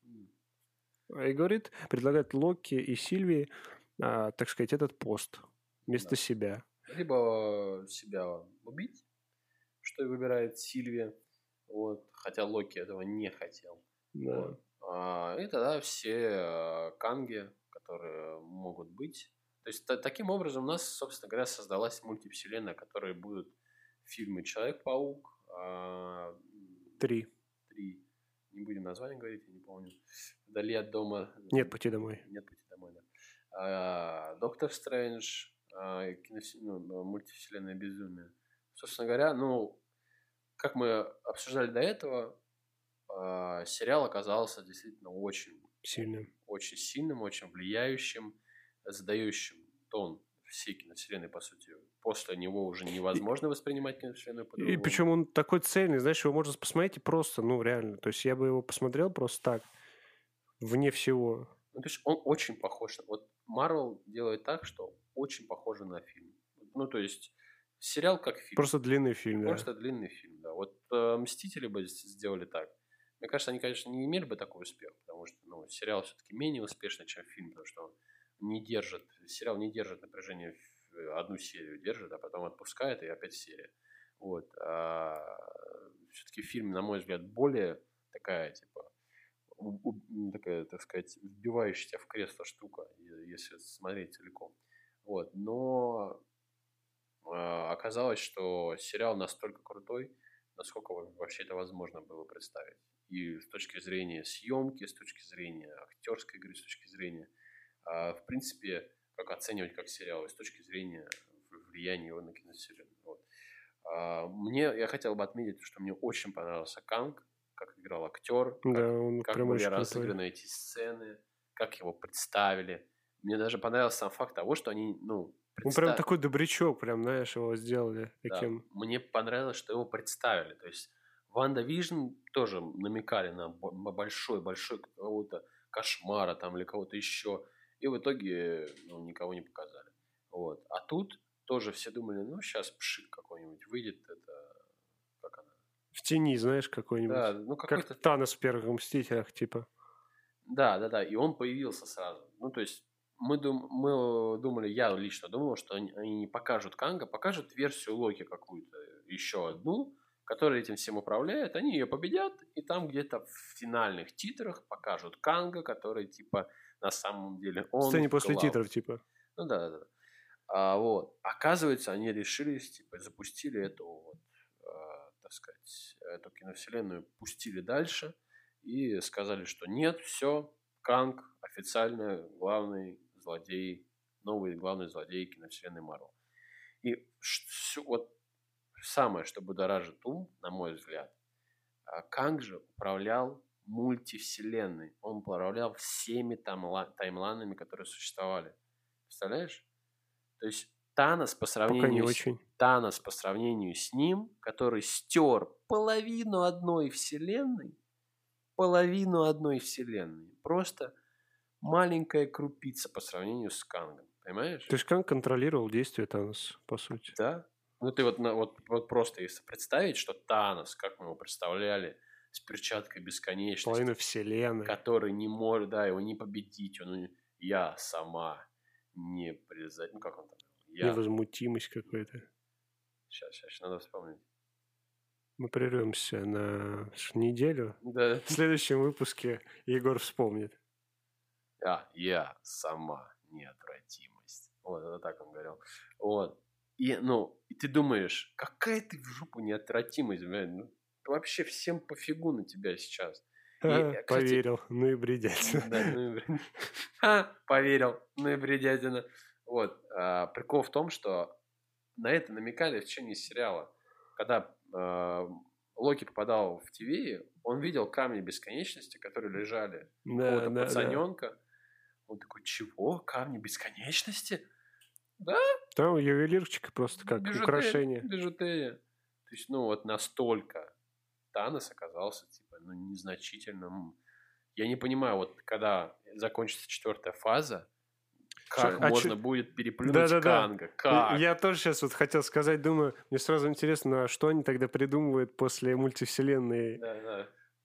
и говорит, предлагает Локи и Сильвии, а, так сказать, этот пост вместо да. себя. Либо себя убить, что и выбирает Сильвия, вот, хотя Локи этого не хотел. Да. Вот. А, и тогда все канги, которые могут быть. То есть та- таким образом у нас, собственно говоря, создалась мультивселенная, которая будут фильмы «Человек-паук». А... Три. Три. Не будем название говорить, я не помню. «Вдали от дома». Нет пути домой. Нет пути домой, да. А, «Доктор Стрэндж», а, киновс... ну, мультивселенная «Безумие». Собственно говоря, ну, как мы обсуждали до этого, а, сериал оказался действительно очень сильным, очень сильным, очень влияющим, задающим тон всей киновселенной, по сути. После него уже невозможно воспринимать киновселенную по-другому. И причем он такой цельный, знаешь, его можно посмотреть и просто, ну, реально. То есть я бы его посмотрел просто так, вне всего. Ну, то есть он очень похож. Вот Marvel делает так, что очень похоже на фильм. Ну, то есть сериал как фильм. Просто длинный фильм, Просто да. длинный фильм, да. Вот э, «Мстители» бы сделали так. Мне кажется, они, конечно, не имели бы такой успех, потому что ну, сериал все-таки менее успешный, чем фильм, потому что он не держит, сериал не держит напряжение одну серию, держит, а потом отпускает, и опять серия. Вот. А все-таки фильм, на мой взгляд, более такая, типа, такая, так сказать, вбивающая тебя в кресло штука, если смотреть целиком. Вот. Но а, оказалось, что сериал настолько крутой, насколько вообще это возможно было представить. И с точки зрения съемки, с точки зрения актерской игры, с точки зрения, а, в принципе, как оценивать как сериал, и с точки зрения влияния его на киновселенную. Вот. А, мне, я хотел бы отметить, что мне очень понравился Канг, как играл актер, да, как, он как прям были очень разыграны крутой. эти сцены, как его представили. Мне даже понравился сам факт того, что они, ну, представ... Он прям такой добрячок, прям, знаешь, его сделали таким. Да, мне понравилось, что его представили. То есть Ванда Вижн тоже намекали на большой-большой какого-то кошмара там или кого-то еще. И в итоге ну, никого не показали. Вот. А тут тоже все думали, ну, сейчас пшик какой-нибудь выйдет. Это как она? В тени, знаешь, какой-нибудь. Да, ну, какой-то... Как Танос в первых «Мстителях», типа. Да, да, да. И он появился сразу. Ну, то есть мы, дум... мы думали, я лично думал, что они, они не покажут Канга, покажут версию Локи какую-то, еще одну, которая этим всем управляет, они ее победят, и там где-то в финальных титрах покажут Канга, который, типа, на самом деле он... Сцене после титров, типа. Ну, да, да, да. А, вот. Оказывается, они решились, типа, запустили эту, вот, э, так сказать, эту киновселенную, пустили дальше и сказали, что нет, все, Канг официально главный злодей, новый главный злодей киновселенной Марвел. И ш- вот самое, что будоражит ум, на мой взгляд, Канг же управлял мультивселенной. Он управлял всеми таймла- таймлайнами, которые существовали. Представляешь? То есть Танос по сравнению Пока не с... очень. Танос по сравнению с ним, который стер половину одной вселенной, половину одной вселенной. Просто маленькая крупица по сравнению с Кангом. Понимаешь? То есть Канг контролировал действия Таноса, по сути. Да. Ну, ты вот, вот, вот просто если представить, что Танос, как мы его представляли, с перчаткой бесконечности. Половина вселенной. Который не может, да, его не победить. Он, я сама не призать. Ну, как он там? Я... Невозмутимость какой-то. Сейчас, сейчас, надо вспомнить. Мы прервемся на неделю. Да. В следующем выпуске Егор вспомнит. А, я сама неотвратимость. Вот, это так он говорил. Вот. И, ну, и ты думаешь, какая ты в жопу неотвратимость, блядь. Ну, вообще всем пофигу на тебя сейчас. И, а, кстати, поверил, ну и бредятина. Да, ну и бредятина. Ха, поверил, ну и бредятина. Вот. А, прикол в том, что на это намекали в течение сериала. Когда а, Локи попадал в ТВ, он видел камни бесконечности, которые лежали у да, какого-то да, пацаненка. Да. Он такой, чего? Камни бесконечности? Да? Там ювелирчик просто как бижутерия, украшение. Бижутерия. То есть, ну вот настолько Танос оказался, типа, ну, незначительным. Я не понимаю, вот когда закончится четвертая фаза, как Шо, можно а будет переплюнуть да, да, Канга? Да. Как? Я тоже сейчас вот хотел сказать, думаю, мне сразу интересно, а что они тогда придумывают после мультивселенной? Да, да.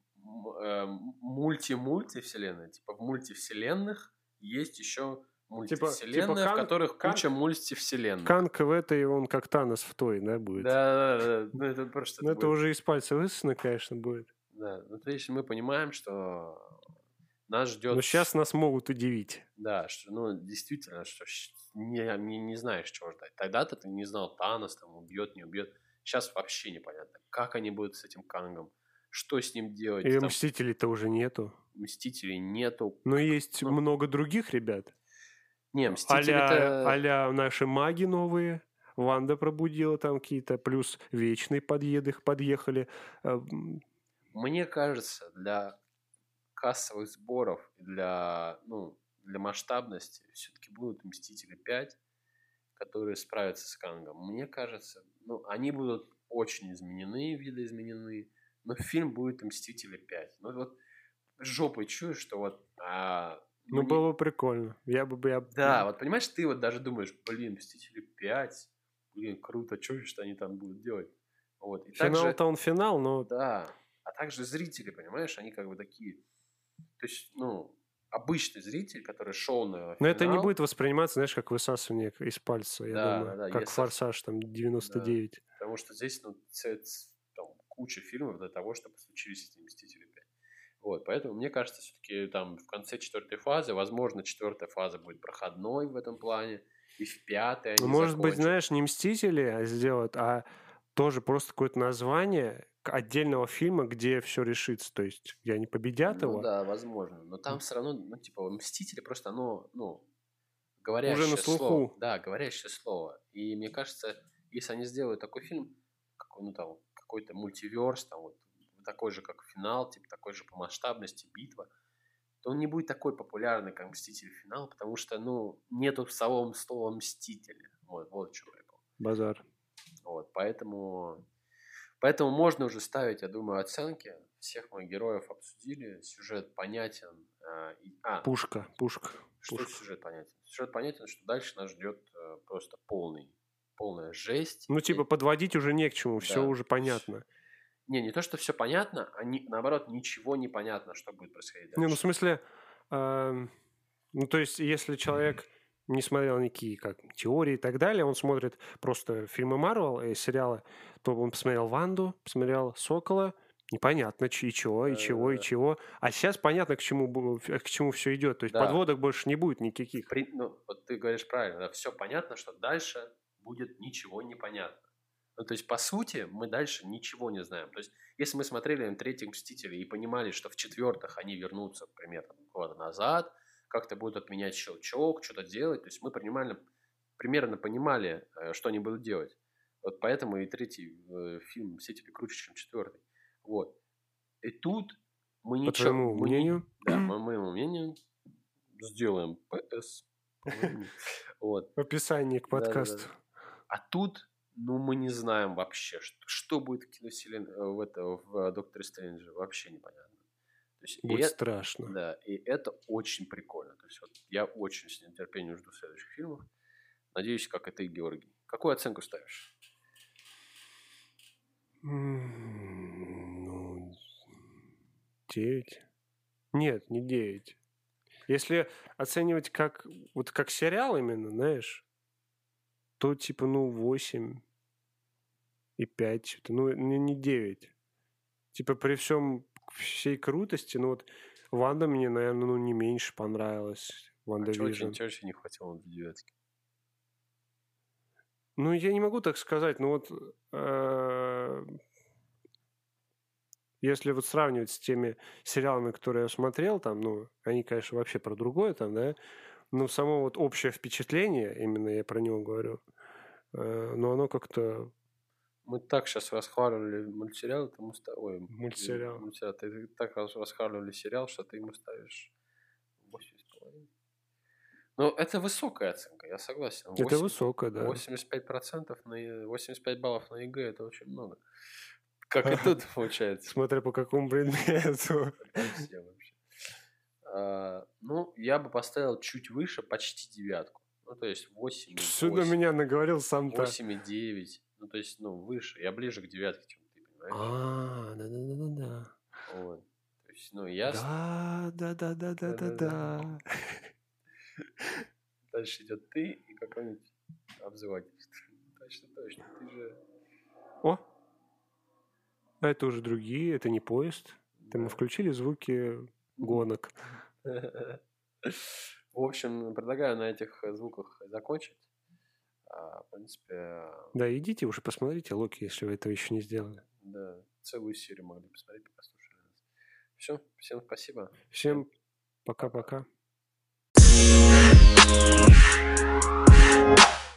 Мульти-мультивселенная. Типа в мультивселенных есть еще мультивселенные, типа, типа в которых Канг, куча мультивселенных. Канг в этой, он как Танос в той, да, будет? Да, да, да. Ну, это просто... Ну, это, это уже из пальца высосано, конечно, будет. Да, ну, то есть мы понимаем, что нас ждет... Но сейчас нас могут удивить. Да, что, ну, действительно, что не, не, не знаешь, чего ждать. Тогда-то ты не знал, Танос там убьет, не убьет. Сейчас вообще непонятно, как они будут с этим Кангом, что с ним делать. И там... Мстителей-то уже нету. Мстителей нету. Но есть ну... много других ребят. Не, Мстители-то... А-ля, а-ля наши маги новые. Ванда пробудила там какие-то, плюс Вечные подъедых, подъехали. Мне кажется, для кассовых сборов, для, ну, для масштабности все-таки будут Мстители пять, которые справятся с Кангом. Мне кажется, ну, они будут очень изменены, видоизменены, но фильм будет Мстители пять. Ну, вот жопой чую, что вот... А, ну, мне... было бы прикольно. Я бы... Я... Да, вот понимаешь, ты вот даже думаешь, блин, Мстители пять, блин, круто, что же они там будут делать? Вот. И финал-то также... он финал, но... Да, а также зрители, понимаешь, они как бы такие... То есть, ну, обычный зритель, который шел на финал... Но это не будет восприниматься, знаешь, как высасывание из пальца, я да, думаю. Да, да, как если... «Форсаж» там девяносто девять. Да, потому что здесь, ну, там, куча фильмов для того, чтобы случились эти «Мстители пять». Вот, поэтому мне кажется, все-таки там в конце четвертой фазы, возможно, четвертая фаза будет проходной в этом плане, и в пятой они Может закончат. быть, знаешь, не «Мстители» сделают, а тоже просто какое-то название отдельного фильма, где все решится. То есть, где они победят ну, его. да, возможно. Но там все равно, ну, типа, «Мстители» просто, оно, ну, говорящее уже на слуху. Слово. Да, говорящее слово. И мне кажется, если они сделают такой фильм, какой, ну, там, какой-то мультиверс, там, вот, такой же, как «Финал», типа, такой же по масштабности «Битва», то он не будет такой популярный, как «Мстители. Финал», потому что, ну, нету самого слова «Мстители». Вот, вот в чем прикол. Базар. Вот, поэтому... Поэтому можно уже ставить, я думаю, оценки. Всех моих героев обсудили. Сюжет понятен. А, и... а пушка, пушка. Что пушка. сюжет понятен? Сюжет понятен, что дальше нас ждет а, просто полный, полная жесть. Ну, типа, и... подводить уже не к чему. Да. Все уже понятно. Не, не то, что все понятно, а не, наоборот, ничего не понятно, что будет происходить дальше. Не, ну, в смысле... Э, ну, то есть, если человек не смотрел никакие как теории и так далее, он смотрит просто фильмы Марвел и сериалы, то он посмотрел «Ванду», посмотрел «Сокола», непонятно, и чего, и чего, и чего. А сейчас понятно, к чему, к чему все идет. То есть, да. Подводок больше не будет никаких. При, ну, вот ты говоришь правильно, да, все понятно, что дальше будет ничего не понятно. Ну, то есть, по сути, мы дальше ничего не знаем. То есть, если мы смотрели на третьих «Мстителей» и понимали, что в четвертых они вернутся примерно года назад, как-то будут отменять щелчок, что-то делать, то есть мы примерно, примерно понимали, что они будут делать. Вот поэтому и третий э, фильм «Мстители» круче, чем четвертый. Вот. И тут мы ничего... По твоему мы мнению? Не, да, по моему мнению, сделаем ПС. Вот. Описание к подкасту. Да, да, да. А тут... Ну, мы не знаем вообще, что, что будет в киновселенной, в, это, в «Докторе Стрэнджа», вообще непонятно. То есть, будет и страшно. Это, да, и это очень прикольно. То есть, вот я очень с нетерпением жду следующих фильмов. Надеюсь, как и ты, Георгий. Какую оценку ставишь? Ну, девять. Нет, не девять. Если оценивать как вот как сериал именно, знаешь, то типа, ну, восемь и пять, что-то, ну, не, не девять. Типа при всем всей крутости, ну вот Ванда мне, наверное, ну, не меньше понравилась. Ванда А чего Вижн. тебе не хватило до девятки? Ну, я не могу так сказать, но вот э, если вот сравнивать с теми сериалами, которые я смотрел, там, ну, они, конечно, вообще про другое там, да, но само вот общее впечатление, именно я про него говорю, э, но оно как-то... Мы так сейчас расхваливали мультсериал, ты ему ставишь... Ой, Мультсериал. мультсериал. Ты так расхваливали сериал, что ты ему ставишь восемь с половиной. Ну, это высокая оценка, я согласен. восемь, это высокая, да. восемьдесят пять процентов на восемьдесят пять баллов на ЕГЭ это очень много. Как и тут получается. Смотря по какому предмету. Все вообще. А, ну, я бы поставил чуть выше, почти девятку. Ну, то есть восемь. Что на меня наговорил сам-то? восемь и девять. Ну, то есть, ну, выше. Я ближе к девятке, чем ты, понимаешь? А, да-да-да-да-да. Вот. То есть, ну, я... Да, да-да-да-да-да-да. Дальше идет ты и какой-нибудь обзывательство. Точно, точно. Ты же... О! А это уже другие, это не поезд. Это мы включили звуки гонок. В общем, предлагаю на этих звуках закончить. А, в принципе... Да, идите уже посмотрите Локи, если вы этого еще не сделали. Да, целую серию могли посмотреть, пока слушали нас. Все, всем спасибо. Всем пока-пока.